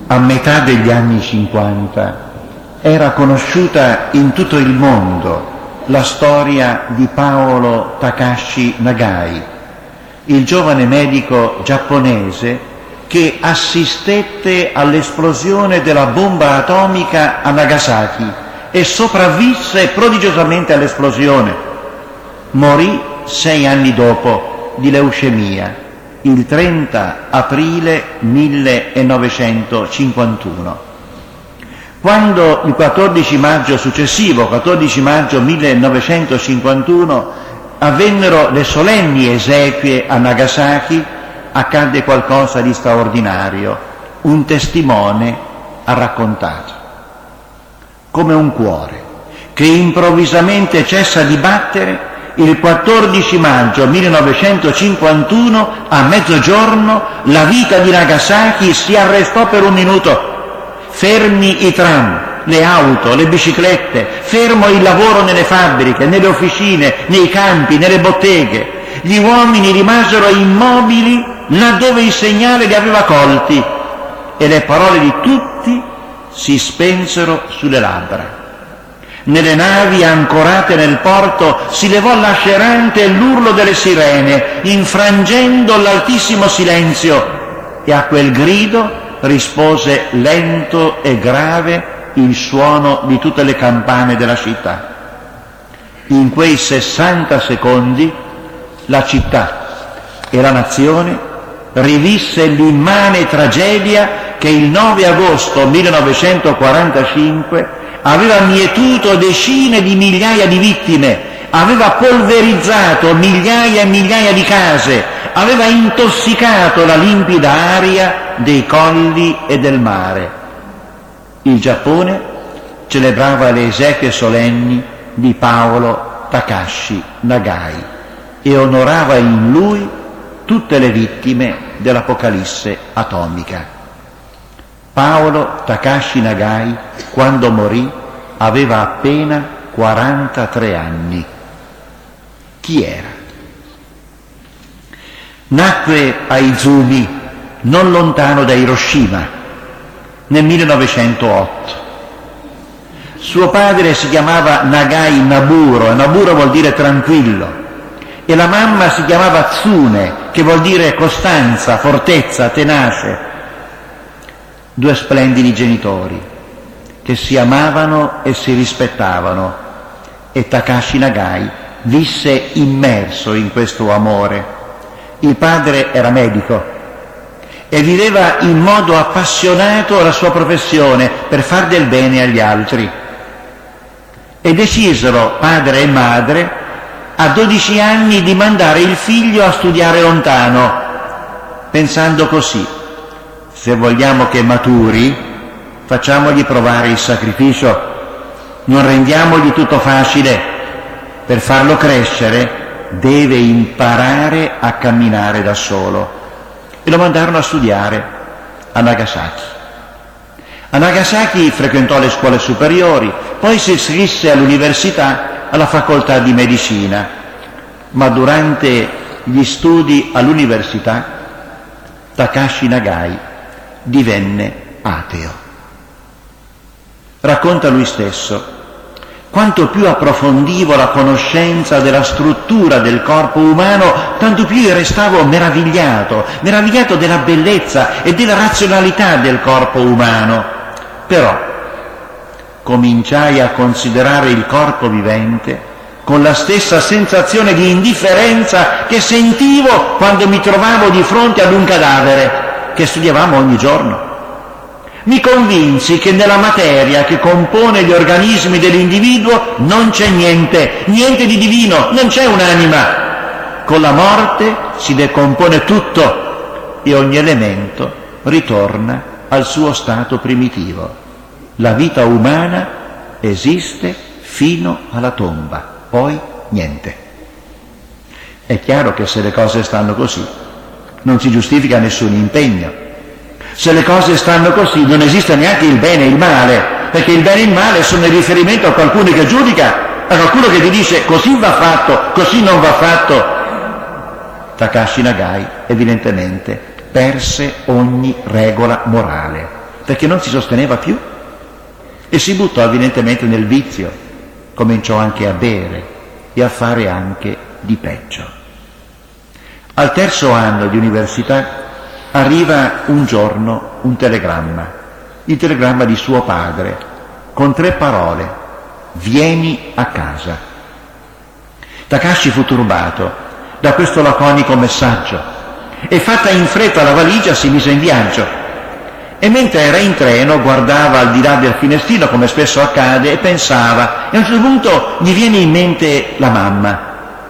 a metà degli anni 50 era conosciuta in tutto il mondo la storia di Paolo Takashi Nagai, il giovane medico giapponese che assistette all'esplosione della bomba atomica a Nagasaki e sopravvisse prodigiosamente all'esplosione. Morì 6 anni dopo di leucemia, il 30 aprile 1951. Quando il 14 maggio successivo, 14 maggio 1951, avvennero le solenni esequie a Nagasaki, accadde qualcosa di straordinario. Un testimone ha raccontato come un cuore che improvvisamente cessa di battere. Il 14 maggio 1951, a mezzogiorno, la vita di Nagasaki si arrestò per un minuto. Fermi i tram, le auto, le biciclette, fermo il lavoro nelle fabbriche, nelle officine, nei campi, nelle botteghe. Gli uomini rimasero immobili laddove il segnale li aveva colti e le parole di tutti si spensero sulle labbra. Nelle navi ancorate nel porto si levò lacerante l'urlo delle sirene, infrangendo l'altissimo silenzio, e a quel grido rispose lento e grave il suono di tutte le campane della città. In quei 60 secondi la città e la nazione rivisse l'immane tragedia che il 9 agosto 1945 aveva mietuto decine di migliaia di vittime, aveva polverizzato migliaia e migliaia di case, aveva intossicato la limpida aria dei colli e del mare. Il Giappone celebrava le esequie solenni di Paolo Takashi Nagai e onorava in lui tutte le vittime dell'Apocalisse atomica. Paolo Takashi Nagai, quando morì, aveva appena 43 anni. Chi era? Nacque a Izumi, non lontano da Hiroshima, nel 1908. Suo padre si chiamava Nagai Naburo, e Naburo vuol dire tranquillo, e la mamma si chiamava Tsune, che vuol dire costanza, fortezza, tenace. 2 splendidi genitori che si amavano e si rispettavano, e Takashi Nagai visse immerso in questo amore. Il padre era medico e viveva in modo appassionato la sua professione per far del bene agli altri, e decisero, padre e madre, a 12 anni di mandare il figlio a studiare lontano, pensando così: se vogliamo che maturi, facciamogli provare il sacrificio, non rendiamogli tutto facile. Per farlo crescere deve imparare a camminare da solo. E lo mandarono a studiare a Nagasaki. A Nagasaki frequentò le scuole superiori, poi si iscrisse all'università, alla facoltà di medicina, ma durante gli studi all'università Takashi Nagai divenne ateo. Racconta lui stesso: quanto più approfondivo la conoscenza della struttura del corpo umano, tanto più io restavo meravigliato della bellezza e della razionalità del corpo umano. Però cominciai a considerare il corpo vivente con la stessa sensazione di indifferenza che sentivo quando mi trovavo di fronte ad un cadavere che studiavamo ogni giorno. Mi convinsi che nella materia che compone gli organismi dell'individuo non c'è niente di divino, non c'è un'anima. Con la morte si decompone tutto e ogni elemento ritorna al suo stato primitivo. La vita umana esiste fino alla tomba, poi niente. È chiaro che se le cose stanno così, non si giustifica nessun impegno. Se le cose stanno così, non esiste neanche il bene e il male, perché il bene e il male sono in riferimento a qualcuno che giudica, a qualcuno che ti dice così va fatto, così non va fatto. Takashi Nagai evidentemente perse ogni regola morale, perché non si sosteneva più e si buttò evidentemente nel vizio, cominciò anche a bere e a fare anche di peggio. Al terzo anno di università arriva un giorno un telegramma, il telegramma di suo padre, con 3 parole: vieni a casa. Takashi fu turbato da questo laconico messaggio e, fatta in fretta la valigia, si mise in viaggio. E mentre era in treno guardava al di là del finestrino, come spesso accade, e pensava, e a un certo punto gli viene in mente la mamma.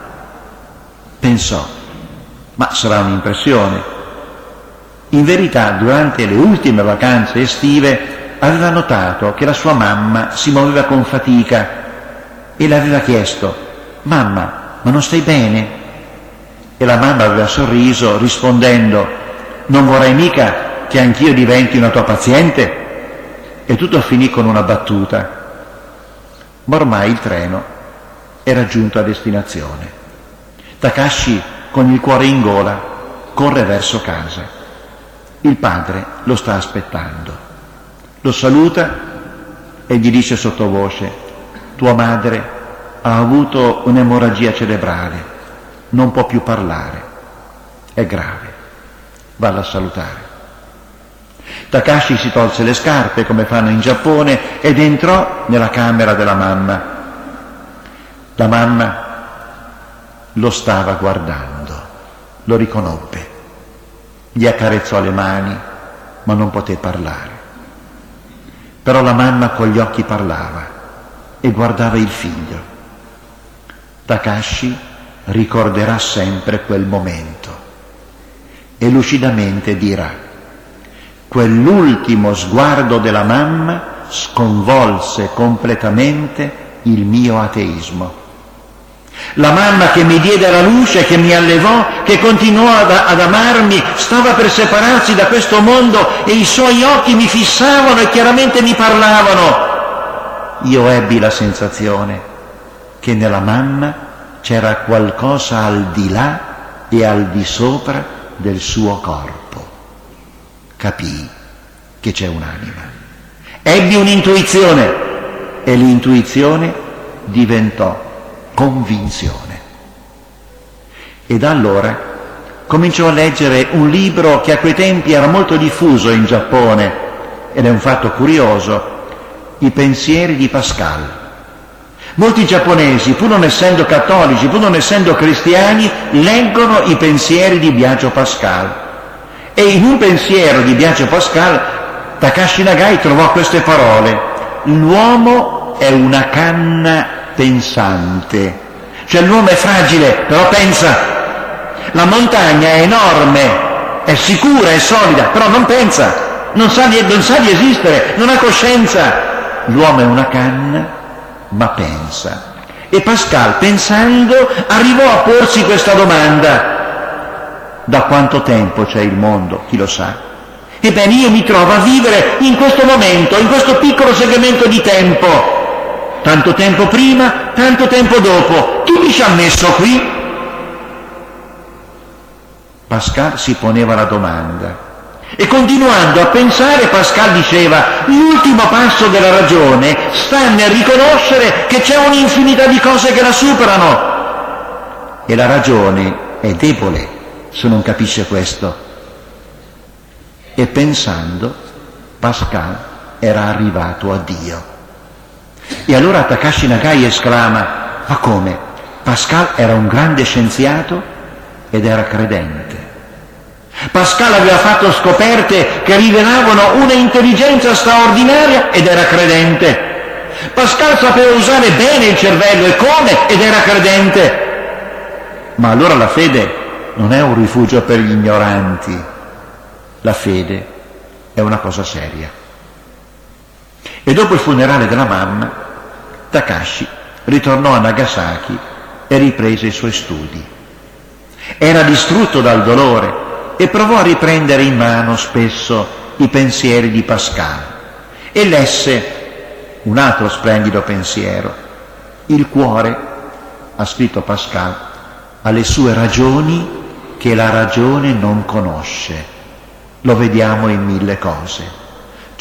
Pensò, ma sarà un'impressione. In verità, durante le ultime vacanze estive aveva notato che la sua mamma si muoveva con fatica e le aveva chiesto: mamma, ma non stai bene? E la mamma aveva sorriso rispondendo: non vorrei mica che anch'io diventi una tua paziente? E tutto finì con una battuta. Ma ormai il treno era giunto a destinazione. Takashi, con il cuore in gola, corre verso casa. Il padre lo sta aspettando. Lo saluta e gli dice sottovoce: tua madre ha avuto un'emorragia cerebrale, non può più parlare, è grave, valla a salutare. Takashi si tolse le scarpe, come fanno in Giappone, ed entrò nella camera della mamma. La mamma lo stava guardando, lo riconobbe, gli accarezzò le mani, ma non poté parlare. Però la mamma con gli occhi parlava e guardava il figlio. Takashi ricorderà sempre quel momento e lucidamente dirà: quell'ultimo sguardo della mamma sconvolse completamente il mio ateismo. La mamma che mi diede la luce, che mi allevò, che continuò ad amarmi, stava per separarsi da questo mondo e i suoi occhi mi fissavano e chiaramente mi parlavano. Io ebbi la sensazione che nella mamma c'era qualcosa al di là e al di sopra del suo corpo. Capii che c'è un'anima. Ebbi un'intuizione e l'intuizione diventò convinzione. E da allora cominciò a leggere un libro che a quei tempi era molto diffuso in Giappone, ed è un fatto curioso: I pensieri di Pascal. Molti giapponesi, pur non essendo cattolici, pur non essendo cristiani, leggono i pensieri di Biagio Pascal. E in un pensiero di Biagio Pascal, Takashi Nagai trovò queste parole: l'uomo è una canna pensante. Cioè l'uomo è fragile, però pensa. La montagna è enorme, è sicura, è solida, però non pensa, non sa di esistere, non ha coscienza. L'uomo è una canna, ma pensa. E Pascal, pensando, arrivò a porsi questa domanda: da quanto tempo c'è il mondo? Chi lo sa? Ebbene, io mi trovo a vivere in questo momento, in questo piccolo segmento di tempo. Tanto tempo prima, tanto tempo dopo. Chi mi ci ha messo qui? Pascal si poneva la domanda. E continuando a pensare, Pascal diceva: l'ultimo passo della ragione sta nel riconoscere che c'è un'infinità di cose che la superano. E la ragione è debole se non capisce questo. E pensando, Pascal era arrivato a Dio. E allora Takashi Nagai esclama: ma come? Pascal era un grande scienziato ed era credente. Pascal aveva fatto scoperte che rivelavano una intelligenza straordinaria ed era credente. Pascal sapeva usare bene il cervello e come, ed era credente. Ma allora la fede non è un rifugio per gli ignoranti, la fede è una cosa seria. E dopo il funerale della mamma, Takashi ritornò a Nagasaki e riprese i suoi studi. Era distrutto dal dolore e provò a riprendere in mano spesso i pensieri di Pascal e lesse un altro splendido pensiero: il cuore, ha scritto Pascal, ha le sue ragioni che la ragione non conosce. Lo vediamo in 1000 cose.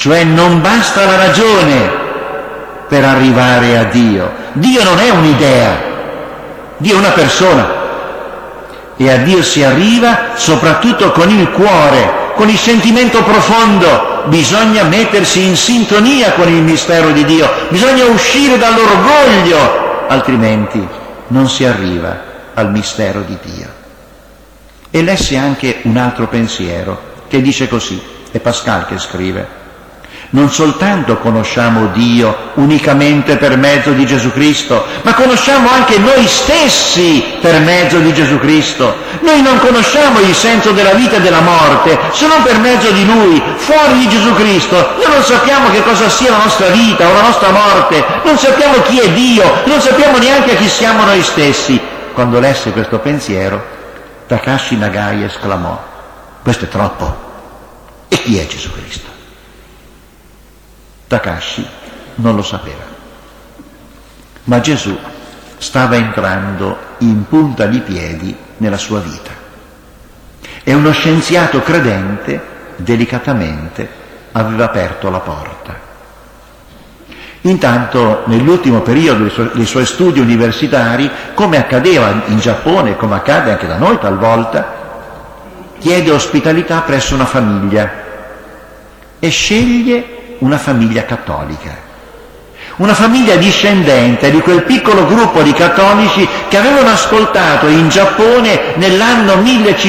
Cioè non basta la ragione per arrivare a Dio. Dio non è un'idea, Dio è una persona. E a Dio si arriva soprattutto con il cuore, con il sentimento profondo. Bisogna mettersi in sintonia con il mistero di Dio, bisogna uscire dall'orgoglio, altrimenti non si arriva al mistero di Dio. E lessi anche un altro pensiero che dice così, è Pascal che scrive: non soltanto conosciamo Dio unicamente per mezzo di Gesù Cristo, ma conosciamo anche noi stessi per mezzo di Gesù Cristo. Noi non conosciamo il senso della vita e della morte se non per mezzo di Lui. Fuori di Gesù Cristo noi non sappiamo che cosa sia la nostra vita o la nostra morte, non sappiamo chi è Dio, non sappiamo neanche chi siamo noi stessi. Quando lesse questo pensiero, Takashi Nagai esclamò: questo è troppo. E chi è Gesù Cristo? Takashi non lo sapeva, ma Gesù stava entrando in punta di piedi nella sua vita e uno scienziato credente delicatamente aveva aperto la porta. Intanto, nell'ultimo periodo dei suoi studi universitari, come accadeva in Giappone, come accade anche da noi talvolta, chiede ospitalità presso una famiglia e sceglie una famiglia cattolica, una famiglia discendente di quel piccolo gruppo di cattolici che avevano ascoltato in Giappone nell'anno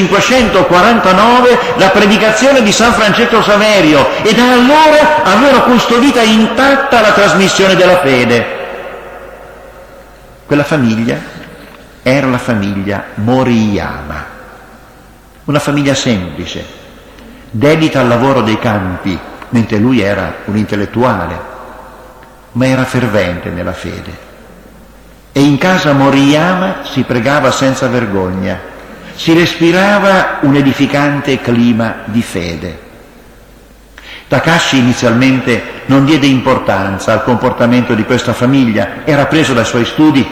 1549 la predicazione di San Francesco Saverio e da allora avevano custodita intatta la trasmissione della fede. Quella famiglia era la famiglia Moriyama, una famiglia semplice, dedita al lavoro dei campi, mentre lui era un intellettuale, ma era fervente nella fede. E in casa Moriyama si pregava senza vergogna, si respirava un edificante clima di fede. Takashi inizialmente non diede importanza al comportamento di questa famiglia, era preso dai suoi studi,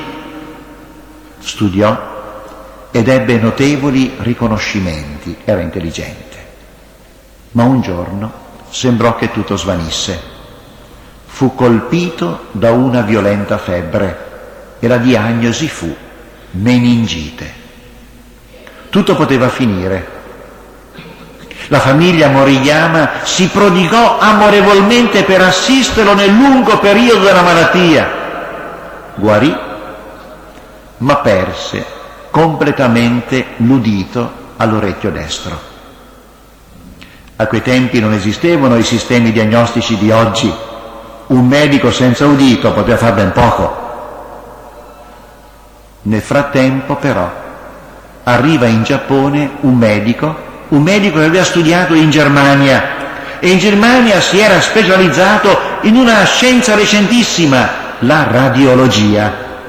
studiò ed ebbe notevoli riconoscimenti, era intelligente. Ma un giorno sembrò che tutto svanisse. Fu colpito da una violenta febbre e la diagnosi fu meningite. Tutto poteva finire. La famiglia Moriyama si prodigò amorevolmente per assisterlo nel lungo periodo della malattia. Guarì, ma perse completamente l'udito all'orecchio destro. A quei tempi non esistevano i sistemi diagnostici di oggi. Un medico senza udito poteva fare ben poco. Nel frattempo, però, arriva in Giappone un medico che aveva studiato in Germania e in Germania si era specializzato in una scienza recentissima, la radiologia.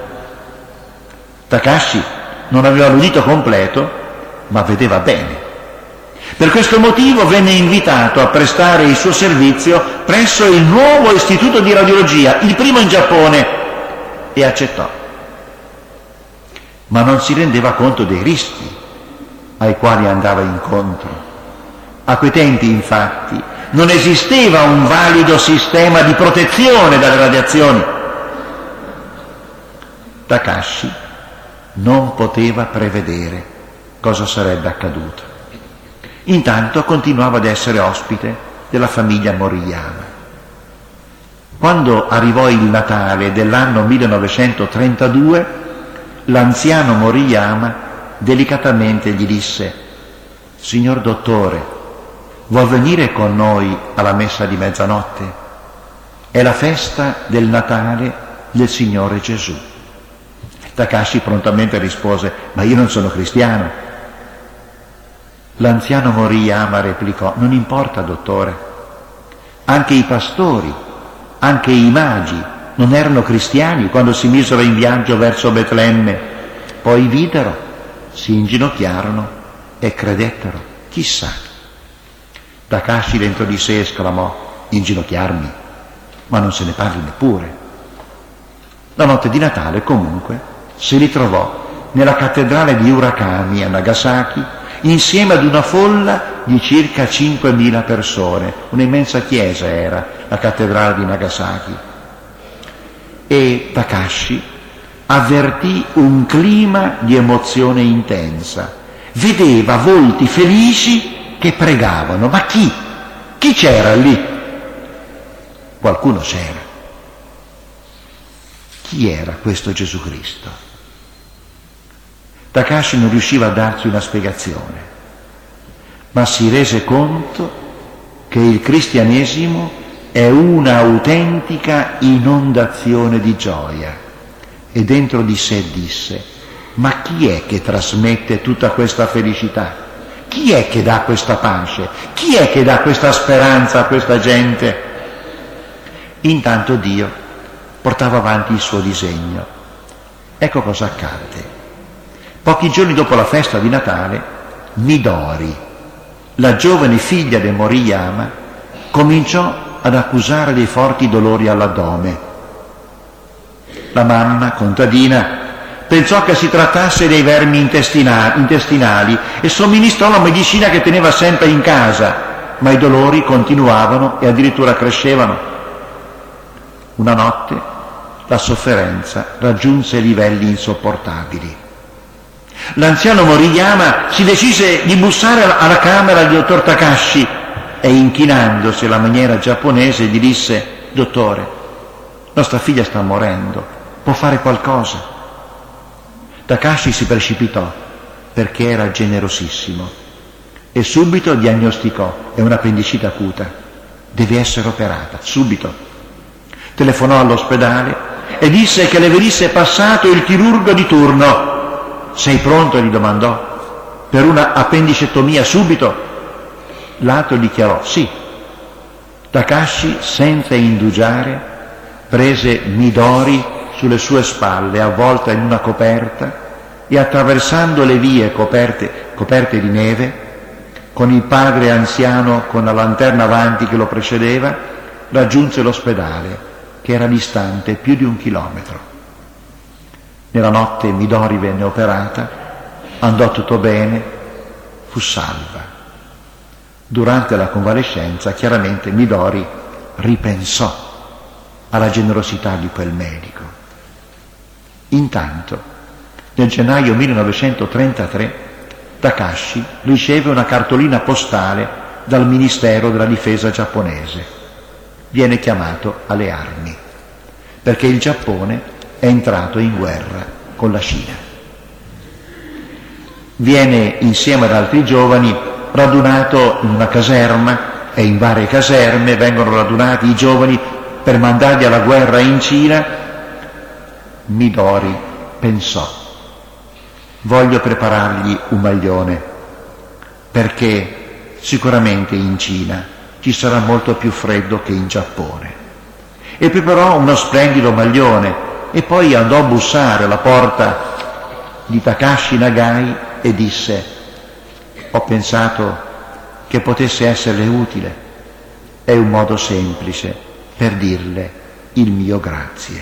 Takashi non aveva l'udito completo, ma vedeva bene. Per questo motivo venne invitato a prestare il suo servizio presso il nuovo istituto di radiologia, il primo in Giappone, e accettò. Ma non si rendeva conto dei rischi ai quali andava incontro. A quei tempi, infatti, non esisteva un valido sistema di protezione dalle radiazioni. Takashi non poteva prevedere cosa sarebbe accaduto. Intanto continuava ad essere ospite della famiglia Moriyama. Quando arrivò il Natale dell'anno 1932, l'anziano Moriyama delicatamente gli disse: «Signor dottore, vuol venire con noi alla messa di mezzanotte? È la festa del Natale del Signore Gesù». Takashi prontamente rispose: «Ma io non sono cristiano». L'anziano Moriyama replicò: «Non importa, dottore, anche i pastori, anche i magi non erano cristiani quando si misero in viaggio verso Betlemme, poi videro, si inginocchiarono e credettero, chissà». Takashi dentro di sé esclamò: «Inginocchiarmi? Ma non se ne parli neppure». La notte di Natale, comunque, si ritrovò nella cattedrale di Urakami a Nagasaki insieme ad una folla di circa 5.000 persone, un'immensa chiesa era la cattedrale di Nagasaki. E Takashi avvertì un clima di emozione intensa, vedeva volti felici che pregavano. Ma chi? Chi c'era lì? Qualcuno c'era. Chi era questo Gesù Cristo? Takashi non riusciva a darsi una spiegazione, ma si rese conto che il cristianesimo è una autentica inondazione di gioia, e dentro di sé disse: ma chi è che trasmette tutta questa felicità? Chi è che dà questa pace? Chi è che dà questa speranza a questa gente? Intanto Dio portava avanti il suo disegno. Ecco cosa accadde. Pochi giorni dopo la festa di Natale, Midori, la giovane figlia di Moriyama, cominciò ad accusare dei forti dolori all'addome. La mamma, contadina, pensò che si trattasse dei vermi intestinali e somministrò la medicina che teneva sempre in casa, ma i dolori continuavano e addirittura crescevano. Una notte la sofferenza raggiunse livelli insopportabili. L'anziano Moriyama si decise di bussare alla camera del dottor Takashi e, inchinandosi alla maniera giapponese, gli disse: dottore, nostra figlia sta morendo, può fare qualcosa? Takashi si precipitò perché era generosissimo e subito diagnosticò: è un'appendicite acuta, deve essere operata subito. Telefonò all'ospedale e disse che le venisse passato il chirurgo di turno. Sei pronto? Gli domandò. Per una appendicectomia subito? L'altro dichiarò sì. Takashi, senza indugiare, prese Midori sulle sue spalle, avvolta in una coperta, e attraversando le vie coperte di neve, con il padre anziano con la lanterna avanti che lo precedeva, raggiunse l'ospedale, che era distante più di 1 chilometro. Nella notte Midori venne operata, andò tutto bene, fu salva. Durante la convalescenza, chiaramente, Midori ripensò alla generosità di quel medico. Intanto, nel gennaio 1933, Takashi riceve una cartolina postale dal Ministero della Difesa giapponese. Viene chiamato alle armi, perché il Giappone è entrato in guerra con la Cina. Viene insieme ad altri giovani radunato in una caserma, e in varie caserme vengono radunati i giovani per mandarli alla guerra in Cina. Midori pensò: voglio preparargli un maglione, perché sicuramente in Cina ci sarà molto più freddo che in Giappone. E preparò uno splendido maglione e poi andò a bussare alla porta di Takashi Nagai e disse: ho pensato che potesse esserle utile. È un modo semplice per dirle il mio grazie.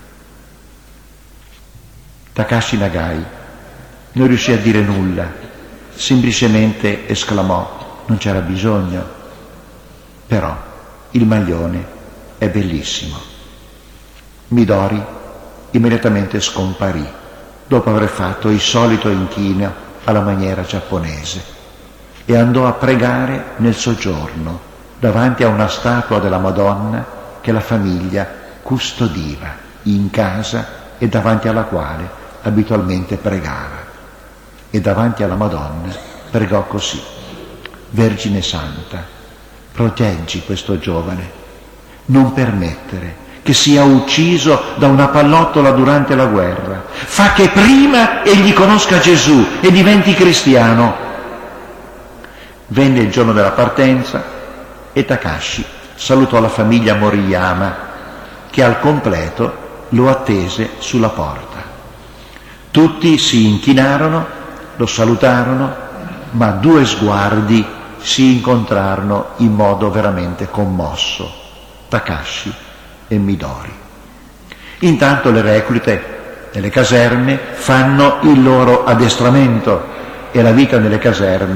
Takashi Nagai non riuscì a dire nulla, semplicemente esclamò: non c'era bisogno, però il maglione è bellissimo. Midori immediatamente scomparì, dopo aver fatto il solito inchino alla maniera giapponese, e andò a pregare nel soggiorno davanti a una statua della Madonna che la famiglia custodiva in casa e davanti alla quale abitualmente pregava. E davanti alla Madonna pregò così: Vergine Santa, proteggi questo giovane, non permettere che sia ucciso da una pallottola durante la guerra. Fa che prima egli conosca Gesù e diventi cristiano. Venne il giorno della partenza e Takashi salutò la famiglia Moriyama, che al completo lo attese sulla porta. Tutti si inchinarono, lo salutarono, ma 2 sguardi si incontrarono in modo veramente commosso: Takashi e Midori. Intanto le reclute nelle caserme fanno il loro addestramento e la vita nelle caserme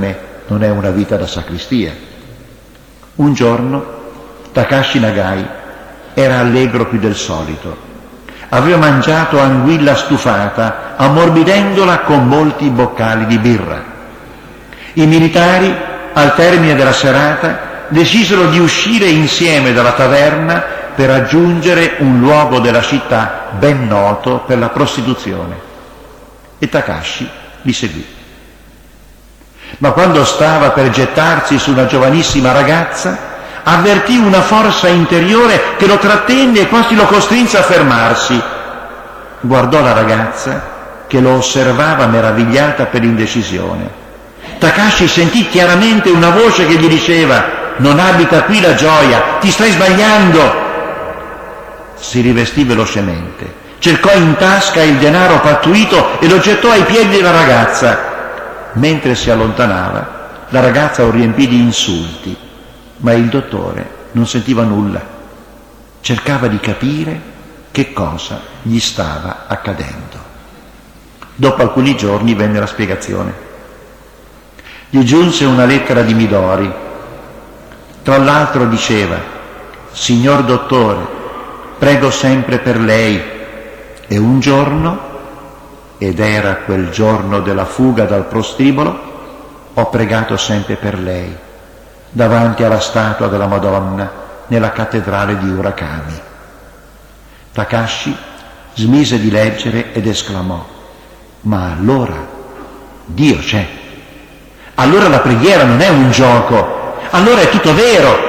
non è una vita da sacristia. Un giorno Takashi Nagai era allegro più del solito. Aveva mangiato anguilla stufata, ammorbidendola con molti boccali di birra. I militari, al termine della serata, decisero di uscire insieme dalla taverna per raggiungere un luogo della città ben noto per la prostituzione. E Takashi li seguì. Ma quando stava per gettarsi su una giovanissima ragazza, avvertì una forza interiore che lo trattenne e quasi lo costrinse a fermarsi. Guardò la ragazza che lo osservava meravigliata per l'indecisione. Takashi sentì chiaramente una voce che gli diceva: non abita qui la gioia, ti stai sbagliando. Si rivestì velocemente, cercò in tasca il denaro pattuito e lo gettò ai piedi della ragazza. Mentre si allontanava, la ragazza lo riempì di insulti, ma il dottore non sentiva nulla. Cercava di capire che cosa gli stava accadendo. Dopo alcuni giorni venne la spiegazione. Gli giunse una lettera di Midori. Tra l'altro diceva: signor dottore, prego sempre per lei, e un giorno, ed era quel giorno della fuga dal prostibolo, ho pregato sempre per lei, davanti alla statua della Madonna nella cattedrale di Urakami. Takashi smise di leggere ed esclamò: ma allora Dio c'è, allora la preghiera non è un gioco, allora è tutto vero.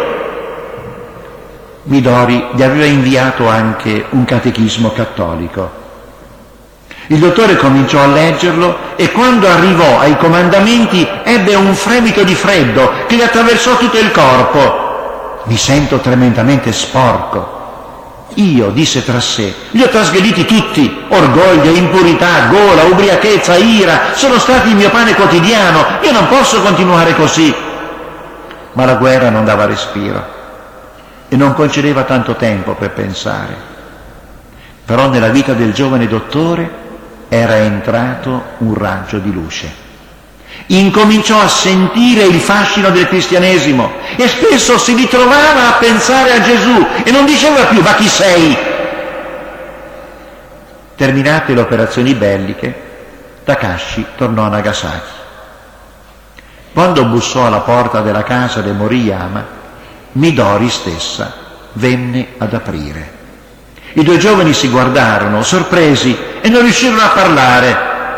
Midori gli aveva inviato anche un catechismo cattolico. Il dottore cominciò a leggerlo e quando arrivò ai comandamenti ebbe un fremito di freddo che gli attraversò tutto il corpo. Mi sento tremendamente sporco. Io, disse tra sé, li ho trasgrediti tutti: orgoglio, impurità, gola, ubriachezza, ira, sono stati il mio pane quotidiano, io non posso continuare così. Ma la guerra non dava respiro e non concedeva tanto tempo per pensare. Però nella vita del giovane dottore era entrato un raggio di luce. Incominciò a sentire il fascino del cristianesimo e spesso si ritrovava a pensare a Gesù e non diceva più: ma chi sei? Terminate le operazioni belliche, Takashi tornò a Nagasaki. Quando bussò alla porta della casa del Moriyama, Midori stessa venne ad aprire. I due giovani si guardarono, sorpresi, e non riuscirono a parlare.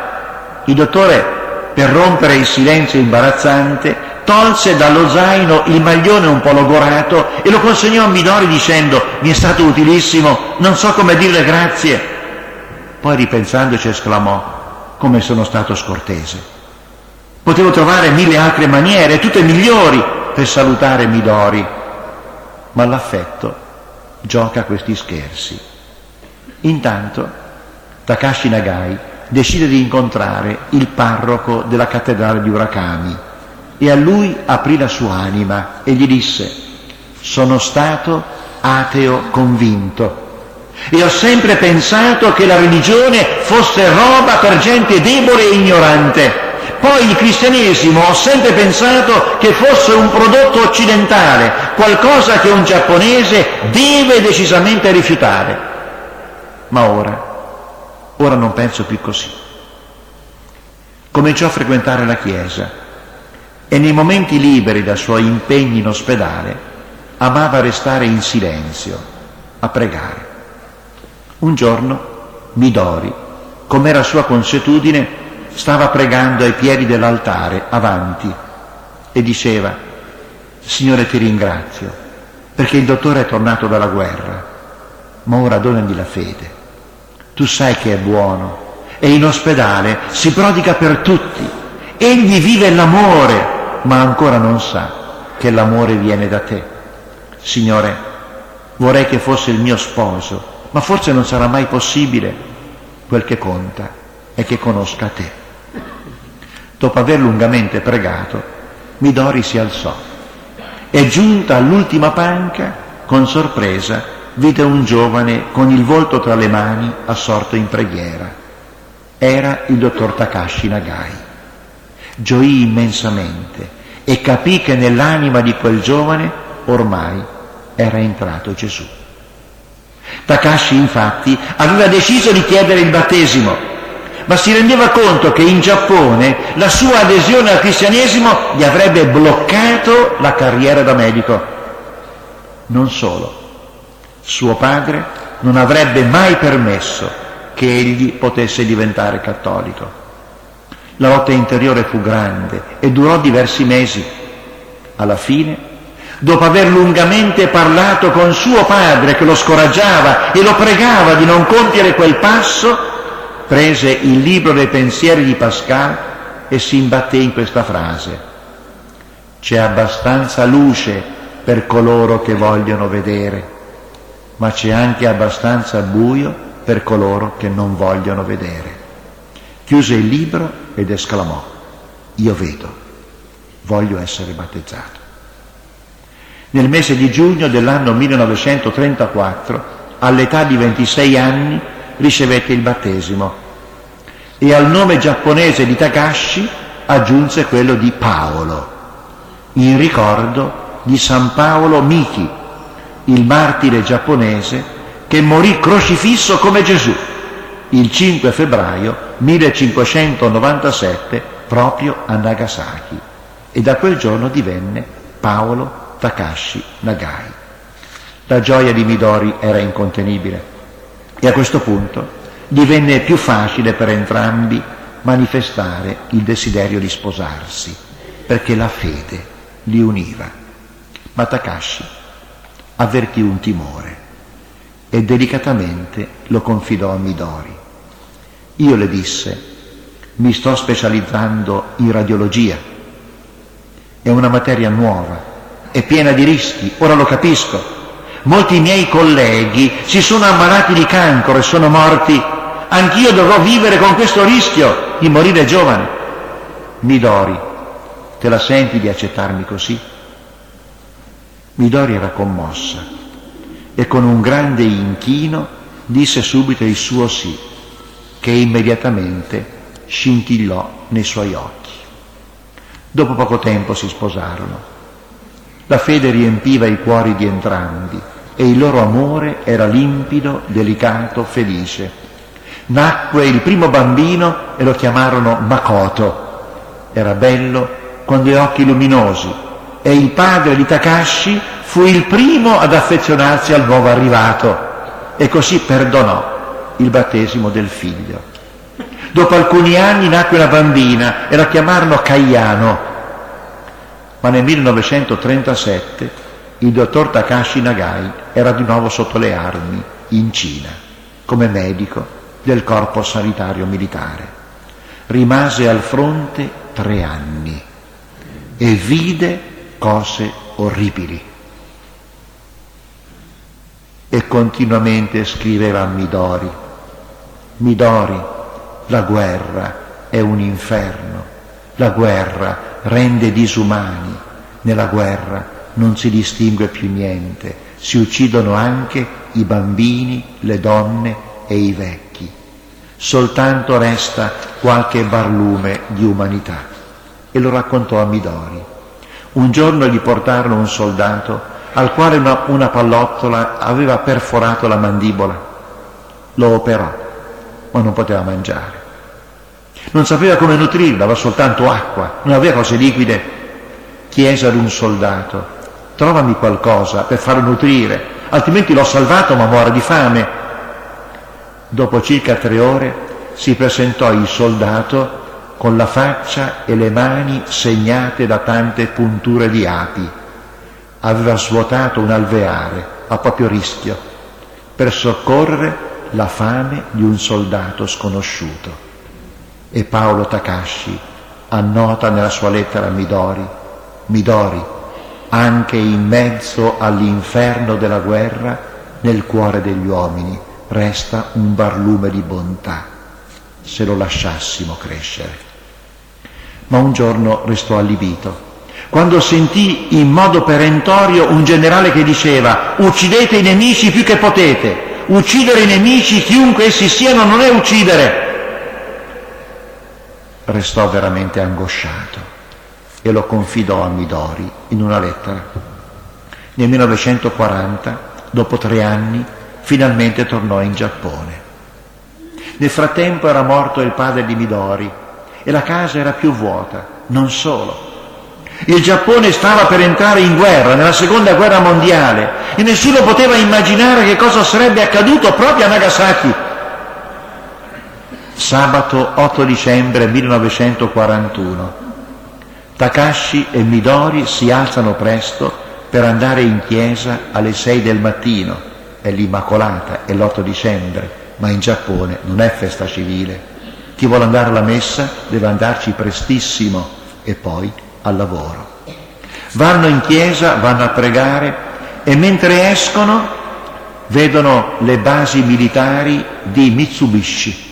Il dottore, per rompere il silenzio imbarazzante, tolse dallo zaino il maglione un po' logorato e lo consegnò a Midori dicendo: mi è stato utilissimo, non so come dirle grazie. Poi, ripensandoci, esclamò: come sono stato scortese. Potevo trovare 1000 altre maniere, tutte migliori, per salutare Midori, ma l'affetto gioca questi scherzi. Intanto Takashi Nagai decide di incontrare il parroco della cattedrale di Urakami e a lui aprì la sua anima e gli disse: sono stato ateo convinto e ho sempre pensato che la religione fosse roba per gente debole e ignorante. Poi il cristianesimo ho sempre pensato che fosse un prodotto occidentale, qualcosa che un giapponese deve decisamente rifiutare. Ma ora non penso più così. Cominciò a frequentare la chiesa e nei momenti liberi dai suoi impegni in ospedale amava restare in silenzio, a pregare. Un giorno Midori, come era sua consuetudine, stava pregando ai piedi dell'altare avanti e diceva: Signore, ti ringrazio perché il dottore è tornato dalla guerra, ma ora donagli la fede. Tu sai che è buono e in ospedale si prodiga per tutti. Egli vive l'amore, ma ancora non sa che l'amore viene da te. Signore, vorrei che fosse il mio sposo, ma forse non sarà mai possibile. Quel che conta è che conosca te. Dopo aver lungamente pregato, Midori si alzò e, giunta all'ultima panca, con sorpresa vide un giovane con il volto tra le mani assorto in preghiera. Era il dottor Takashi Nagai. Gioì immensamente e capì che nell'anima di quel giovane ormai era entrato Gesù. Takashi infatti aveva deciso di chiedere il battesimo, ma si rendeva conto che in Giappone la sua adesione al cristianesimo gli avrebbe bloccato la carriera da medico. Non solo, suo padre non avrebbe mai permesso che egli potesse diventare cattolico. La lotta interiore fu grande e durò diversi mesi. Alla fine, dopo aver lungamente parlato con suo padre che lo scoraggiava e lo pregava di non compiere quel passo, prese il libro dei pensieri di Pascal e si imbatté in questa frase: c'è abbastanza luce per coloro che vogliono vedere, ma c'è anche abbastanza buio per coloro che non vogliono vedere. Chiuse il libro ed esclamò: io vedo, voglio essere battezzato. Nel mese di giugno dell'anno 1934, all'età di 26 anni, ricevette il battesimo e al nome giapponese di Takashi aggiunse quello di Paolo, in ricordo di San Paolo Miki, il martire giapponese che morì crocifisso come Gesù il 5 febbraio 1597 proprio a Nagasaki, e da quel giorno divenne Paolo Takashi Nagai. La gioia di Midori era incontenibile e a questo punto divenne più facile per entrambi manifestare il desiderio di sposarsi, perché la fede li univa. Ma Takashi avvertì un timore e delicatamente lo confidò a Midori. Io le disse: mi sto specializzando in radiologia, è una materia nuova, è piena di rischi, ora lo capisco. Molti miei colleghi si sono ammalati di cancro e sono morti. Anch'io dovrò vivere con questo rischio di morire giovane. Midori, te la senti di accettarmi così? Midori era commossa e con un grande inchino disse subito il suo sì, che immediatamente scintillò nei suoi occhi. Dopo poco tempo si sposarono. La fede riempiva i cuori di entrambi e il loro amore era limpido, delicato, felice. Nacque il primo bambino e lo chiamarono Makoto. Era bello, con dei occhi luminosi, e il padre di Takashi fu il primo ad affezionarsi al nuovo arrivato e così perdonò il battesimo del figlio. Dopo alcuni anni nacque una bambina e la chiamarono Kayano, ma nel 1937 il dottor Takashi Nagai era di nuovo sotto le armi in Cina come medico del corpo sanitario militare. Rimase al fronte 3 anni e vide cose orribili. E continuamente scriveva a Midori: Midori, la guerra è un inferno, la guerra rende disumani, nella guerra non si distingue più niente, si uccidono anche i bambini, le donne e i vecchi. Soltanto resta qualche barlume di umanità. E lo raccontò a Midori. Un giorno gli portarono un soldato al quale una pallottola aveva perforato la mandibola. Lo operò, ma non poteva mangiare. Non sapeva come nutrirlo, aveva soltanto acqua, non aveva cose liquide. Chiese ad un soldato: trovami qualcosa per farlo nutrire, altrimenti l'ho salvato ma muore di fame. Dopo circa 3 ore si presentò il soldato con la faccia e le mani segnate da tante punture di api. Aveva svuotato un alveare a proprio rischio per soccorrere la fame di un soldato sconosciuto. E Paolo Takashi annota nella sua lettera a Midori: Midori, anche in mezzo all'inferno della guerra, nel cuore degli uomini resta un barlume di bontà, se lo lasciassimo crescere. Ma un giorno restò allibito quando sentì in modo perentorio un generale che diceva: uccidete i nemici più che potete, uccidere i nemici chiunque essi siano non è uccidere. Restò veramente angosciato e lo confidò a Midori in una lettera. Nel 1940, dopo 3 anni, finalmente tornò in Giappone. Nel frattempo era morto il padre di Midori e la casa era più vuota. Non solo. Il Giappone stava per entrare in guerra, nella seconda guerra mondiale, e nessuno poteva immaginare che cosa sarebbe accaduto proprio a Nagasaki. Sabato 8 dicembre 1941. Takashi e Midori si alzano presto per andare in chiesa alle 6 del mattino. È l'Immacolata, è l'8 dicembre, ma in Giappone non è festa civile. Chi vuole andare alla messa deve andarci prestissimo e poi al lavoro. Vanno in chiesa, vanno a pregare e mentre escono vedono le basi militari di Mitsubishi.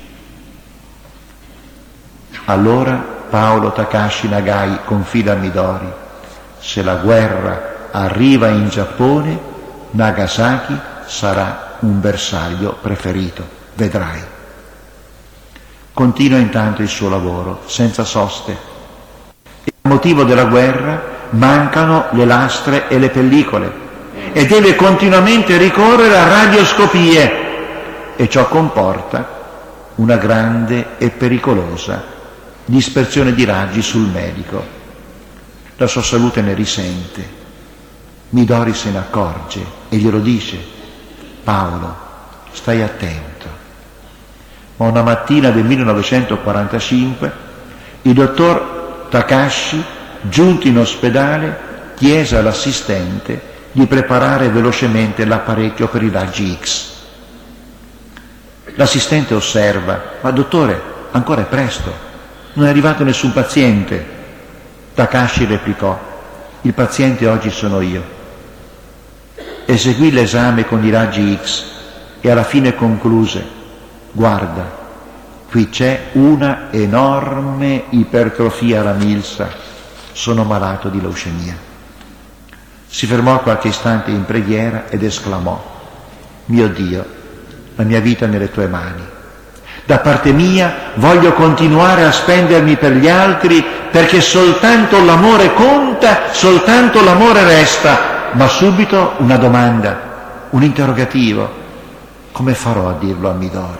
Allora Paolo Takashi Nagai confida a Midori: se la guerra arriva in Giappone, Nagasaki sarà un bersaglio preferito, vedrai. Continua intanto il suo lavoro, senza soste. A motivo della guerra mancano le lastre e le pellicole e deve continuamente ricorrere a radioscopie e ciò comporta una grande e pericolosa dispersione di raggi sul medico. La sua salute ne risente. Midori se ne accorge e glielo dice: Paolo, stai attento. Ma una mattina del 1945 il dottor Takashi, giunto in ospedale, chiese all'assistente di preparare velocemente l'apparecchio per i raggi X. L'assistente osserva: ma dottore, ancora è presto, non è arrivato nessun paziente. Takashi replicò: il paziente oggi sono io. Eseguì l'esame con i raggi X e alla fine concluse: guarda, qui c'è una enorme ipertrofia alla milza, sono malato di leucemia. Si fermò qualche istante in preghiera ed esclamò: mio Dio, la mia vita è nelle tue mani. Da parte mia voglio continuare a spendermi per gli altri, perché soltanto l'amore conta, soltanto l'amore resta. Ma subito una domanda, un interrogativo: come farò a dirlo a Midori?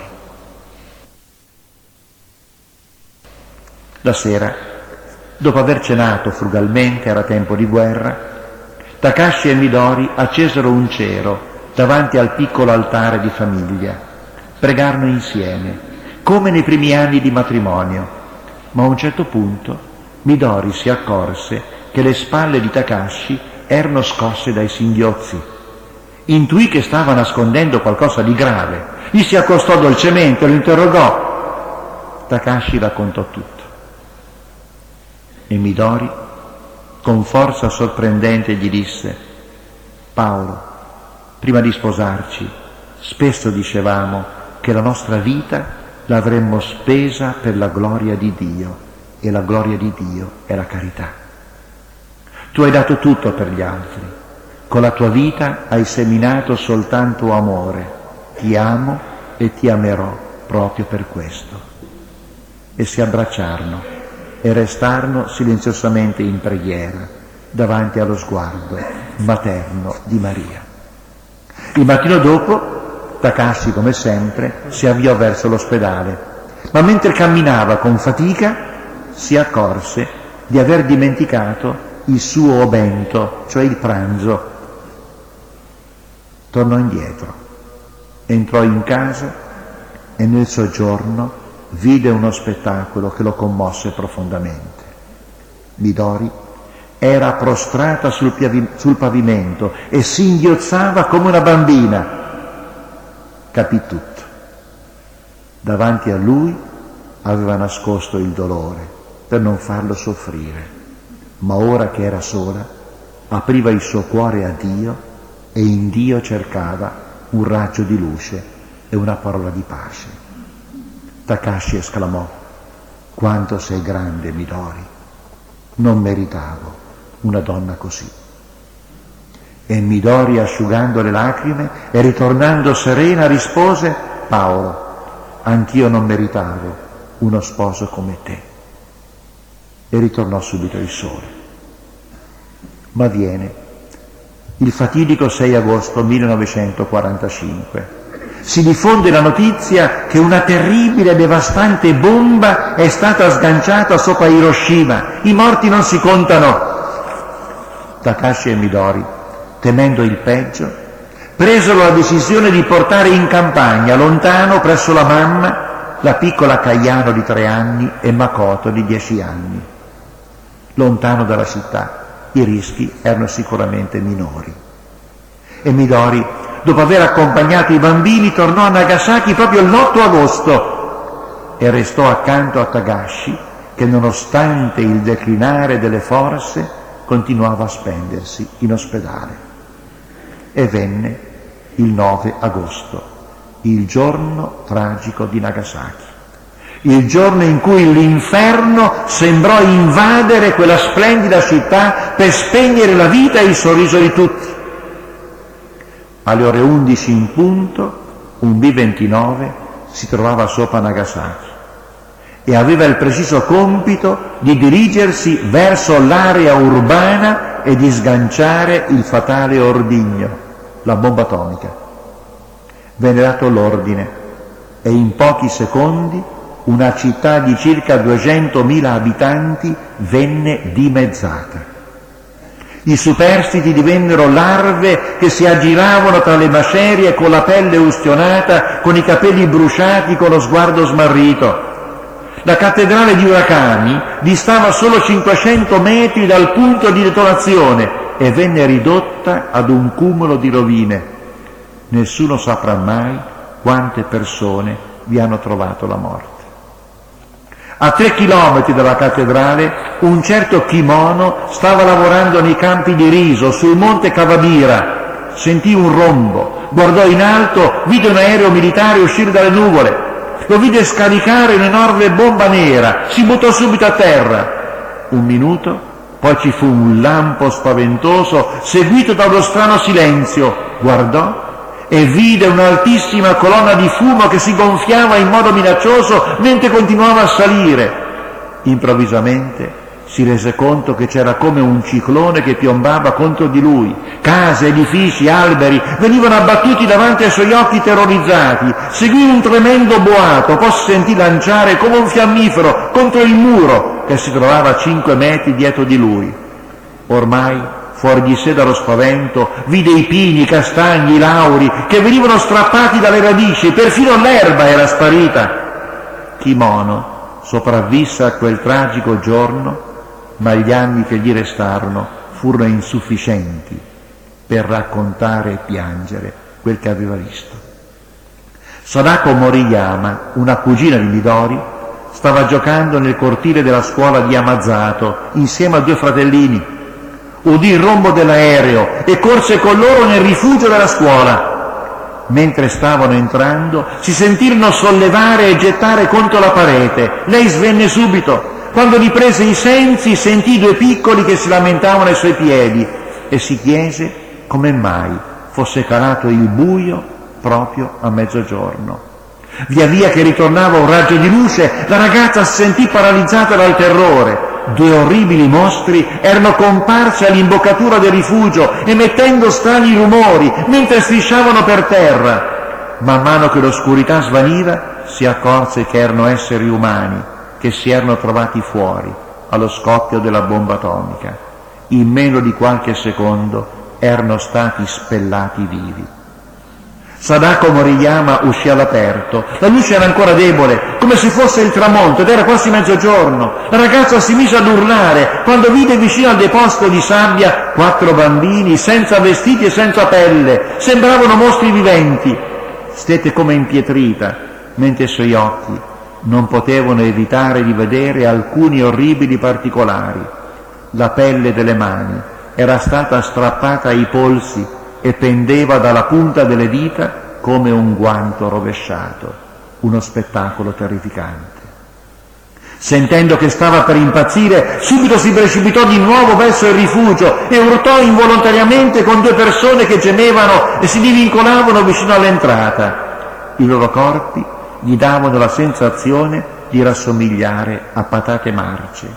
La sera, dopo aver cenato frugalmente, era tempo di guerra, Takashi e Midori accesero un cero davanti al piccolo altare di famiglia. Pregarono insieme, come nei primi anni di matrimonio, ma a un certo punto Midori si accorse che le spalle di Takashi erano scosse dai singhiozzi. Intuì che stava nascondendo qualcosa di grave. Gli si accostò dolcemente e lo interrogò. Takashi raccontò tutto. E Midori, con forza sorprendente, gli disse: Paolo, prima di sposarci, spesso dicevamo che la nostra vita l'avremmo spesa per la gloria di Dio, e la gloria di Dio è la carità. Tu hai dato tutto per gli altri, con la tua vita hai seminato soltanto amore. Ti amo e ti amerò proprio per questo. E si abbracciarono e restarono silenziosamente in preghiera davanti allo sguardo materno di Maria. Il mattino dopo Takashi, come sempre, si avviò verso l'ospedale, ma mentre camminava con fatica si accorse di aver dimenticato il suo obento, cioè il pranzo. Tornò indietro, entrò in casa e nel soggiorno vide uno spettacolo che lo commosse profondamente. Midori era prostrata sul pavimento e singhiozzava come una bambina. Capì tutto. Davanti a lui aveva nascosto il dolore per non farlo soffrire, ma ora che era sola apriva il suo cuore a Dio e in Dio cercava un raggio di luce e una parola di pace. Takashi esclamò: quanto sei grande, Midori, non meritavo una donna così. E Midori, asciugando le lacrime e ritornando serena, rispose: Paolo, anch'io non meritavo uno sposo come te. e ritornò subito il sole. Ma viene il fatidico 6 agosto 1945. Si diffonde la notizia che una terribile e devastante bomba è stata sganciata sopra Hiroshima. I morti non si contano. Takashi e Midori, temendo il peggio, presero la decisione di portare in campagna, lontano presso la mamma, la piccola Kayano di 3 anni e Makoto di 10 anni. Lontano dalla città, i rischi erano sicuramente minori. E Midori, dopo aver accompagnato i bambini, tornò a Nagasaki proprio l'8 agosto e restò accanto a Takashi, che nonostante il declinare delle forze continuava a spendersi in ospedale. E venne il 9 agosto, il giorno tragico di Nagasaki, il giorno in cui l'inferno sembrò invadere quella splendida città per spegnere la vita e il sorriso di tutti. Alle ore 11 in punto, un B-29 si trovava sopra Nagasaki e aveva il preciso compito di dirigersi verso l'area urbana e di sganciare il fatale ordigno, la bomba atomica. Venne dato l'ordine e in pochi secondi una città di circa 200.000 abitanti venne dimezzata. I superstiti divennero larve che si aggiravano tra le macerie con la pelle ustionata, con i capelli bruciati, con lo sguardo smarrito. La cattedrale di Urakami distava solo 500 metri dal punto di detonazione e venne ridotta ad un cumulo di rovine. Nessuno saprà mai quante persone vi hanno trovato la morte. A 3 chilometri dalla cattedrale un certo Kimono stava lavorando nei campi di riso sul monte Kawabira. Sentì un rombo, guardò in alto, vide un aereo militare uscire dalle nuvole, lo vide scaricare un'enorme bomba nera, si buttò subito a terra. Un minuto, poi ci fu un lampo spaventoso seguito da uno strano silenzio. Guardò e vide un'altissima colonna di fumo che si gonfiava in modo minaccioso mentre continuava a salire. Improvvisamente si rese conto che c'era come un ciclone che piombava contro di lui. Case, edifici, alberi venivano abbattuti davanti ai suoi occhi terrorizzati. Seguì un tremendo boato, poi si sentì lanciare come un fiammifero contro il muro che si trovava a 5 metri dietro di lui. Ormai, fuori di sé dallo spavento, vide i pini, i castagni, i lauri che venivano strappati dalle radici, perfino l'erba era sparita. Kimono sopravvisse a quel tragico giorno, ma gli anni che gli restarono furono insufficienti per raccontare e piangere quel che aveva visto. Sadako Moriyama, una cugina di Midori, stava giocando nel cortile della scuola di Yamazato insieme a 2 fratellini. Udì il rombo dell'aereo e corse con loro nel rifugio della scuola. Mentre stavano entrando, si sentirono sollevare e gettare contro la parete. Lei svenne subito. Quando riprese i sensi, sentì 2 piccoli che si lamentavano ai suoi piedi e si chiese come mai fosse calato il buio proprio a mezzogiorno. Via via che ritornava un raggio di luce, la ragazza si sentì paralizzata dal terrore. 2 orribili mostri erano comparsi all'imboccatura del rifugio, emettendo strani rumori mentre strisciavano per terra. Man mano che l'oscurità svaniva, si accorse che erano esseri umani che si erano trovati fuori allo scoppio della bomba atomica. In meno di qualche secondo erano stati spellati vivi. Sadako Moriyama uscì all'aperto. La luce era ancora debole, come se fosse il tramonto, ed era quasi mezzogiorno. La ragazza si mise ad urlare quando vide vicino al deposito di sabbia 4 bambini senza vestiti e senza pelle. Sembravano mostri viventi. Stette come impietrita, mentre i suoi occhi non potevano evitare di vedere alcuni orribili particolari. La pelle delle mani era stata strappata ai polsi e pendeva dalla punta delle dita come un guanto rovesciato. Uno spettacolo terrificante. Sentendo che stava per impazzire, subito si precipitò di nuovo verso il rifugio e urtò involontariamente con 2 persone che gemevano e si divincolavano vicino all'entrata. I loro corpi gli davano la sensazione di rassomigliare a patate marce.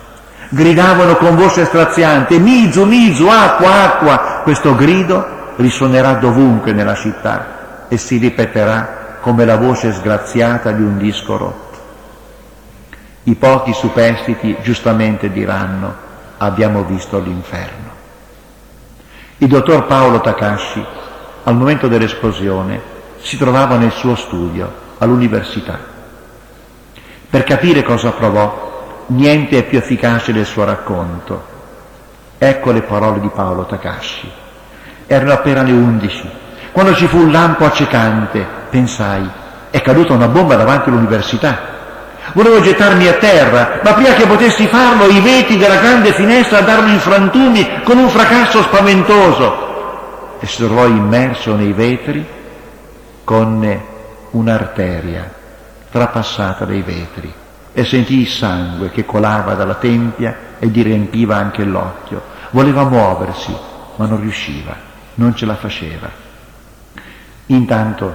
Gridavano con voce straziante: Mizu, Mizu, acqua, acqua! Questo grido risuonerà dovunque nella città e si ripeterà come la voce sgraziata di un disco rotto. I pochi superstiti giustamente diranno: abbiamo visto l'inferno. Il dottor Paolo Takashi, al momento dell'esplosione, si trovava nel suo studio all'università. Per capire cosa provò, niente è più efficace del suo racconto. Ecco le parole di Paolo Takashi. Erano appena le 11, quando ci fu un lampo accecante. Pensai: è caduta una bomba davanti all'università. Volevo gettarmi a terra, ma prima che potessi farlo i vetri della grande finestra andarono in frantumi con un fracasso spaventoso e si trovò immerso nei vetri con un'arteria trapassata dai vetri e sentì il sangue che colava dalla tempia e gli riempiva anche l'occhio. Voleva muoversi, ma non riusciva, non ce la faceva. Intanto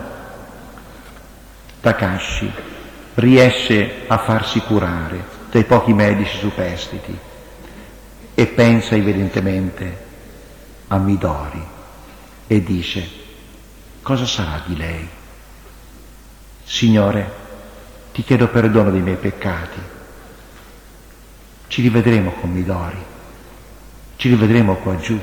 Takashi riesce a farsi curare dai pochi medici superstiti e pensa evidentemente a Midori e dice: cosa sarà di lei? Signore, ti chiedo perdono dei miei peccati. Ci rivedremo con Midori, ci rivedremo qua giù.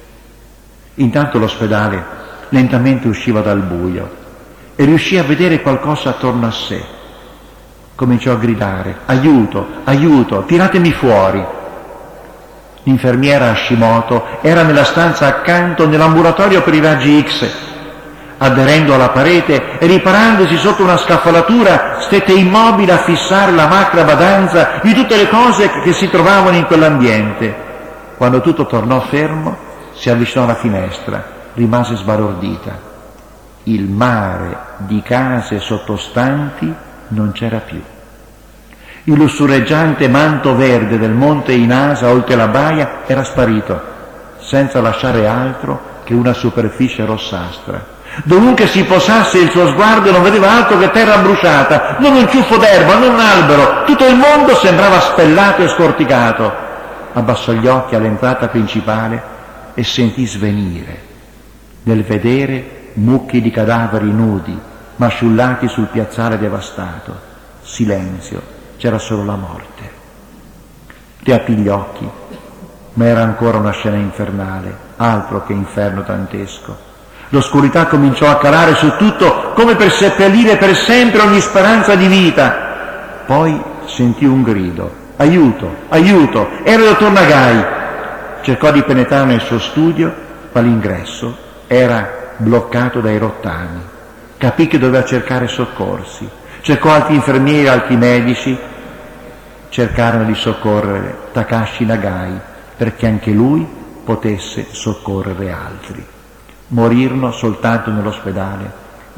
Intanto l'ospedale lentamente usciva dal buio e riuscì a vedere qualcosa attorno a sé. Cominciò a gridare: aiuto, aiuto, tiratemi fuori. L'infermiera Hashimoto era nella stanza accanto nell'ambulatorio per i raggi X. Aderendo alla parete e riparandosi sotto una scaffalatura, stette immobile a fissare la macra badanza di tutte le cose che si trovavano in quell'ambiente. Quando tutto tornò fermo, si avvicinò alla finestra, rimase sbalordita. Il mare di case sottostanti non c'era più. Il lussureggiante manto verde del monte Inasa oltre la baia era sparito, senza lasciare altro che una superficie rossastra. Dovunque si posasse il suo sguardo non vedeva altro che terra bruciata, non un ciuffo d'erba, non un albero, tutto il mondo sembrava spellato e scorticato. Abbassò gli occhi all'entrata principale e sentì svenire nel vedere mucchi di cadaveri nudi, masciullati sul piazzale devastato. Silenzio, c'era solo la morte. Riapì gli occhi, ma era ancora una scena infernale, altro che inferno dantesco. L'oscurità cominciò a calare su tutto come per seppellire per sempre ogni speranza di vita. Poi sentì un grido: aiuto, aiuto! Era il dottor Nagai. Cercò di penetrare nel suo studio, ma l'ingresso era bloccato dai rottami. Capì che doveva cercare soccorsi. Cercò altri infermieri e altri medici. Cercarono di soccorrere Takashi Nagai perché anche lui potesse soccorrere altri. Morirono soltanto nell'ospedale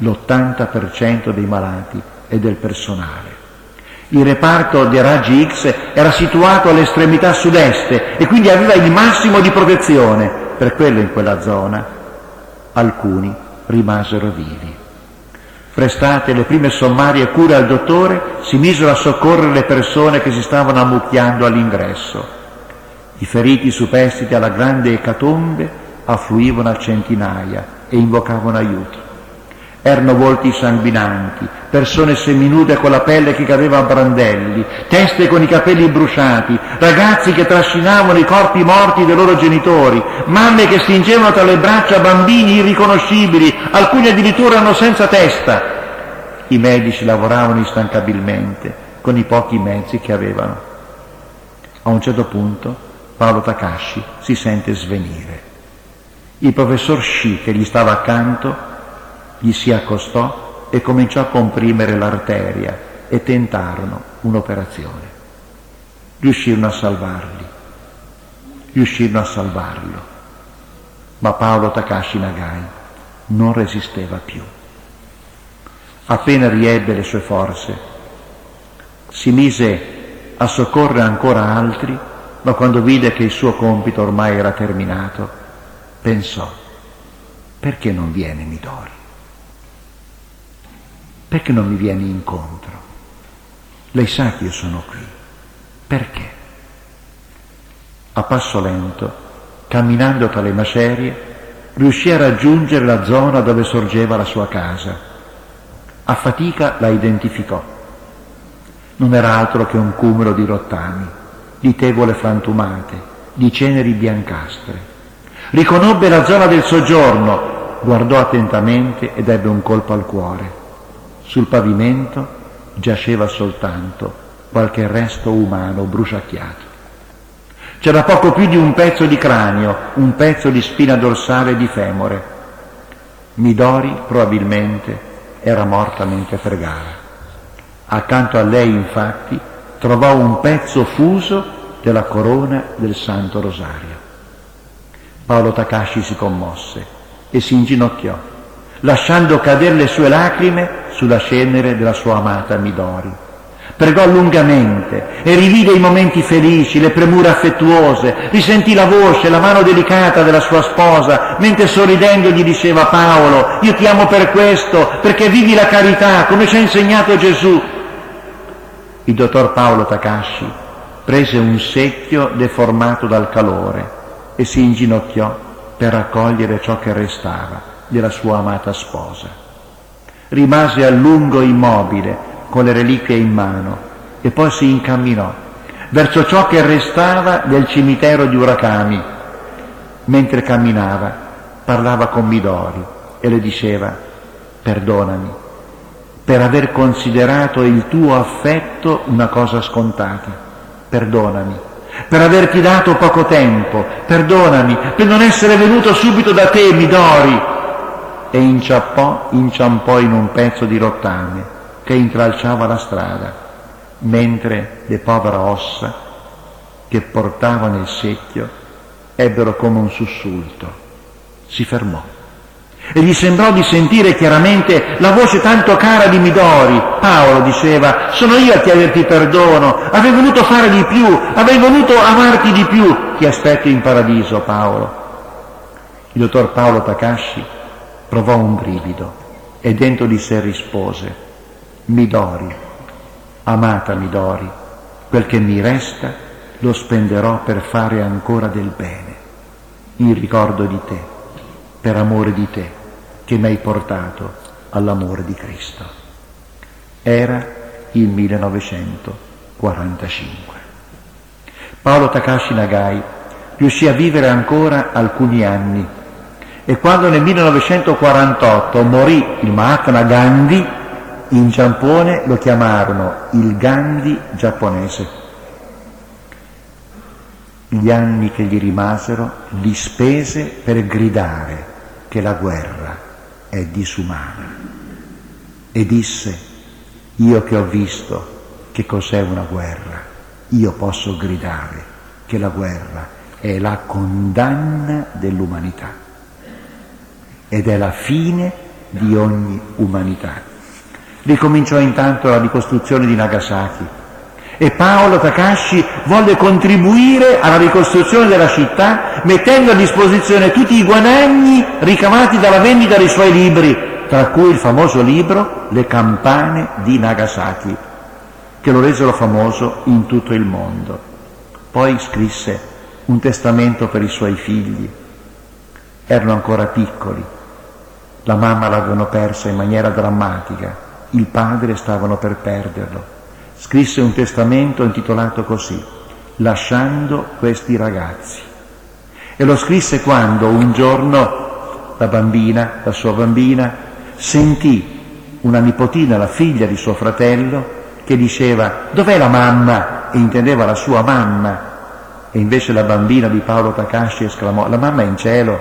l'80% dei malati e del personale. Il reparto dei raggi X era situato all'estremità sud-est e quindi aveva il massimo di protezione. Per quello in quella zona alcuni rimasero vivi. Prestate le prime sommarie cure al dottore, si misero a soccorrere le persone che si stavano ammucchiando all'ingresso. I feriti superstiti alla grande ecatombe affluivano a centinaia e invocavano aiuto. Erano volti sanguinanti, persone seminude con la pelle che cadeva a brandelli, teste con i capelli bruciati, ragazzi che trascinavano i corpi morti dei loro genitori, mamme che stringevano tra le braccia bambini irriconoscibili, alcuni addirittura erano senza testa. I medici lavoravano instancabilmente con i pochi mezzi che avevano. A un certo punto Paolo Takashi si sente svenire. Il professor Shi, che gli stava accanto, gli si accostò e cominciò a comprimere l'arteria e tentarono un'operazione. Riuscirono a salvarlo, ma Paolo Takashi Nagai non resisteva più. Appena riebbe le sue forze, si mise a soccorrere ancora altri, ma quando vide che il suo compito ormai era terminato, pensò: perché non viene Midori? Perché non mi viene incontro? Lei sa che io sono qui. Perché? A passo lento, camminando tra le macerie, riuscì a raggiungere la zona dove sorgeva la sua casa. A fatica la identificò. Non era altro che un cumulo di rottami, di tegole frantumate, di ceneri biancastre. Riconobbe la zona del soggiorno, guardò attentamente ed ebbe un colpo al cuore. Sul pavimento giaceva soltanto qualche resto umano bruciacchiato. C'era poco più di un pezzo di cranio, un pezzo di spina dorsale e di femore. Midori probabilmente era morta mentre pregava. Accanto a lei, infatti, trovò un pezzo fuso della corona del Santo Rosario. Paolo Takashi si commosse e si inginocchiò, lasciando cadere le sue lacrime sulla cenere della sua amata Midori. Pregò lungamente e rivide i momenti felici, le premure affettuose, risentì la voce, la mano delicata della sua sposa, mentre sorridendo gli diceva: Paolo, io ti amo per questo, perché vivi la carità, come ci ha insegnato Gesù. Il dottor Paolo Takashi prese un secchio deformato dal calore e si inginocchiò per raccogliere ciò che restava della sua amata sposa. Rimase a lungo immobile, con le reliquie in mano, e poi si incamminò verso ciò che restava del cimitero di Urakami. Mentre camminava, parlava con Midori e le diceva: perdonami per aver considerato il tuo affetto una cosa scontata, perdonami per averti dato poco tempo, perdonami per non essere venuto subito da te, Midori. E inciampò in un pezzo di rottame che intralciava la strada, mentre le povere ossa che portava nel secchio ebbero come un sussulto. Si fermò e gli sembrò di sentire chiaramente la voce tanto cara di Midori. Paolo diceva: sono io a chiederti perdono, avrei voluto fare di più, avrei voluto amarti di più, ti aspetto in paradiso, Paolo. Il dottor Paolo Takashi provò un brivido e dentro di sé rispose: Midori, amata Midori, quel che mi resta lo spenderò per fare ancora del bene, in ricordo di te, per amore di te, che mi hai portato all'amore di Cristo. Era il 1945. Paolo Takashi Nagai riuscì a vivere ancora alcuni anni e quando nel 1948 morì il Mahatma Gandhi, in Giappone lo chiamarono il Gandhi giapponese. Gli anni che gli rimasero li spese per gridare che la guerra è disumana. E disse: io che ho visto che cos'è una guerra, io posso gridare che la guerra è la condanna dell'umanità ed è la fine di ogni umanità. Ricominciò intanto la ricostruzione di Nagasaki e Paolo Takashi volle contribuire alla ricostruzione della città mettendo a disposizione tutti i guadagni ricavati dalla vendita dei suoi libri, tra cui il famoso libro Le campane di Nagasaki, che lo resero famoso in tutto il mondo. Poi scrisse un testamento per i suoi figli. Erano ancora piccoli, la mamma l'avevano persa in maniera drammatica, il padre stavano per perderlo. Scrisse un testamento intitolato così: lasciando questi ragazzi. E lo scrisse quando un giorno la sua bambina, sentì una nipotina, la figlia di suo fratello, che diceva: dov'è la mamma? E intendeva la sua mamma. E invece la bambina di Paolo Takashi esclamò: la mamma è in cielo.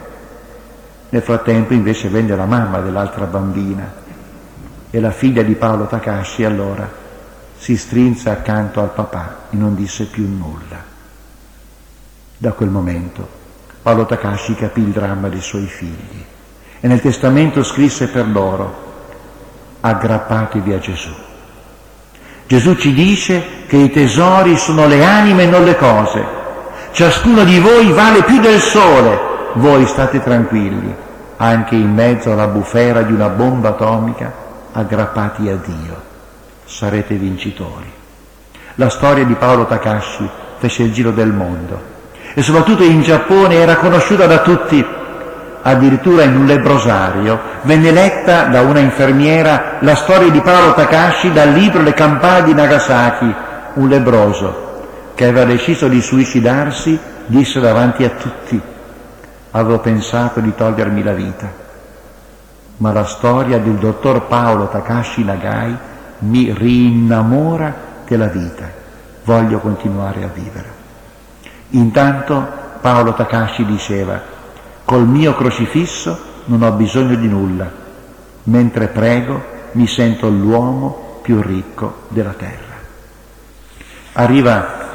Nel frattempo invece venne la mamma dell'altra bambina e la figlia di Paolo Takashi allora si strinse accanto al papà e non disse più nulla. Da quel momento Paolo Takashi capì il dramma dei suoi figli e nel testamento scrisse per loro: aggrappatevi a Gesù. Gesù ci dice che i tesori sono le anime e non le cose. Ciascuno di voi vale più del sole. Voi state tranquilli, anche in mezzo alla bufera di una bomba atomica, aggrappati a Dio. Sarete vincitori. La storia di Paolo Takashi fece il giro del mondo e soprattutto in Giappone era conosciuta da tutti. Addirittura in un lebbrosario venne letta da una infermiera la storia di Paolo Takashi dal libro Le campane di Nagasaki. Un lebbroso che aveva deciso di suicidarsi disse davanti a tutti: avevo pensato di togliermi la vita, ma la storia del dottor Paolo Takashi Nagai mi rinnamora della vita, voglio continuare a vivere. Intanto Paolo Takashi diceva: col mio crocifisso non ho bisogno di nulla, mentre prego mi sento l'uomo più ricco della terra. Arriva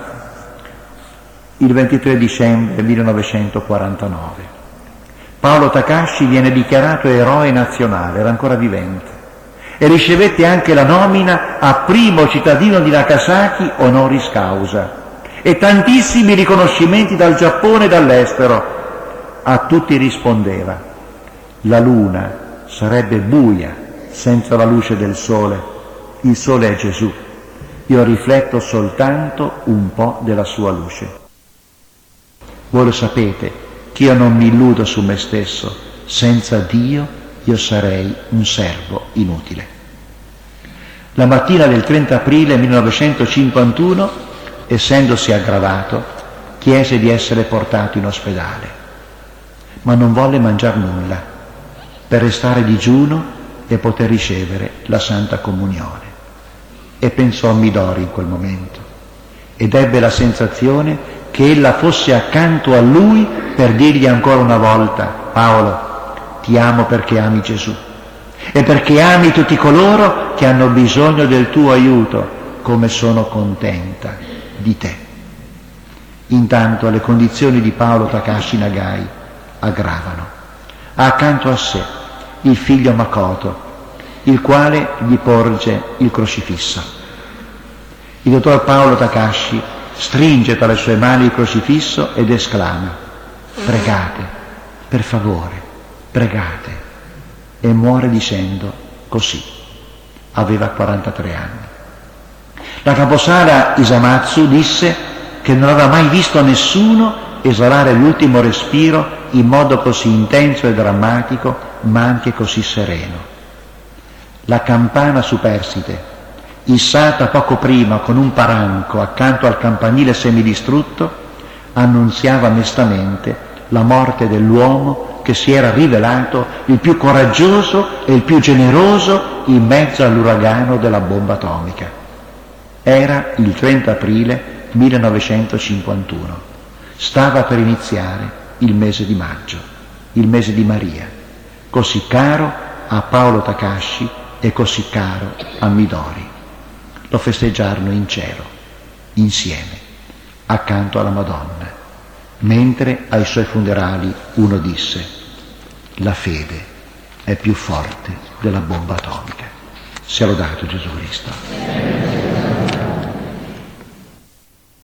il 23 dicembre 1949. Paolo Takashi viene dichiarato eroe nazionale, era ancora vivente, e ricevette anche la nomina a primo cittadino di Nagasaki honoris causa e tantissimi riconoscimenti dal Giappone e dall'estero. A tutti rispondeva: la luna sarebbe buia senza la luce del sole, il sole è Gesù, io rifletto soltanto un po' della sua luce. Voi lo sapete che io non mi illudo su me stesso, senza Dio io sarei un servo inutile. La mattina del 30 aprile 1951, essendosi aggravato, chiese di essere portato in ospedale, ma non volle mangiar nulla per restare digiuno e poter ricevere la Santa Comunione. E pensò a Midori in quel momento ed ebbe la sensazione che ella fosse accanto a lui per dirgli ancora una volta: Paolo, ti amo perché ami Gesù e perché ami tutti coloro che hanno bisogno del tuo aiuto, come sono contenta di te. Intanto le condizioni di Paolo Takashi Nagai aggravano. Ha accanto a sé il figlio Makoto, il quale gli porge il crocifisso. Il dottor Paolo Takashi stringe tra le sue mani il crocifisso ed esclama: pregate, per favore, pregate, e muore dicendo così. Aveva 43 anni. La caposala Isamatsu disse che non aveva mai visto nessuno esalare l'ultimo respiro in modo così intenso e drammatico, ma anche così sereno. La campana superstite, issata poco prima con un paranco accanto al campanile semidistrutto, annunziava mestamente la morte dell'uomo che si era rivelato il più coraggioso e il più generoso in mezzo all'uragano della bomba atomica. Era il 30 aprile 1951. Stava per iniziare il mese di maggio, il mese di Maria, così caro a Paolo Takashi e così caro a Midori. Lo festeggiarono in cielo, insieme, accanto alla Madonna, mentre ai suoi funerali uno disse: la fede è più forte della bomba atomica. Sia lodato Gesù Cristo.